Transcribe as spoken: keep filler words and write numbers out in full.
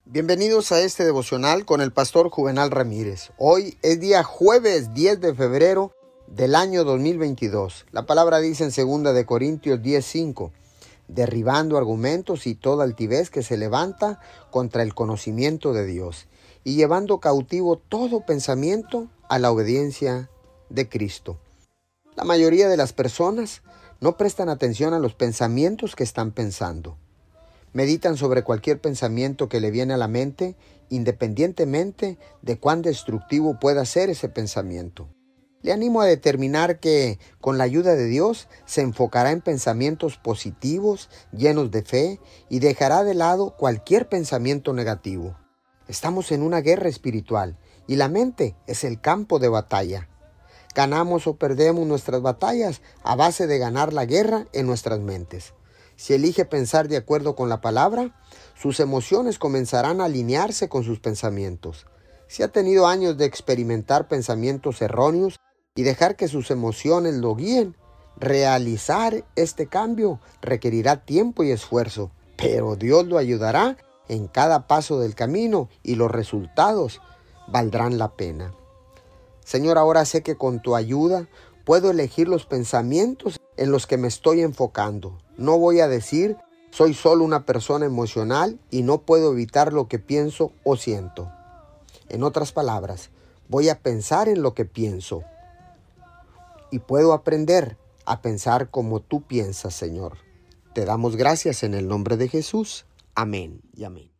Bienvenidos a este devocional con el pastor Juvenal Ramírez. Hoy es día jueves diez de febrero del año dos mil veintidós. La palabra dice en segunda de Corintios diez cinco, derribando argumentos y toda altivez que se levanta contra el conocimiento de Dios y llevando cautivo todo pensamiento a la obediencia de Cristo. La mayoría de las personas no prestan atención a los pensamientos que están pensando. Meditan sobre cualquier pensamiento que le viene a la mente, independientemente de cuán destructivo pueda ser ese pensamiento. Le animo a determinar que, con la ayuda de Dios, se enfocará en pensamientos positivos, llenos de fe, y dejará de lado cualquier pensamiento negativo. Estamos en una guerra espiritual, y la mente es el campo de batalla. Ganamos o perdemos nuestras batallas a base de ganar la guerra en nuestras mentes. Si elige pensar de acuerdo con la palabra, sus emociones comenzarán a alinearse con sus pensamientos. Si ha tenido años de experimentar pensamientos erróneos y dejar que sus emociones lo guíen, realizar este cambio requerirá tiempo y esfuerzo, pero Dios lo ayudará en cada paso del camino y los resultados valdrán la pena. Señor, ahora sé que con tu ayuda puedo elegir los pensamientos en los que me estoy enfocando. No voy a decir, soy solo una persona emocional y no puedo evitar lo que pienso o siento. En otras palabras, voy a pensar en lo que pienso. Y puedo aprender a pensar como tú piensas, Señor. Te damos gracias en el nombre de Jesús. Amén y amén.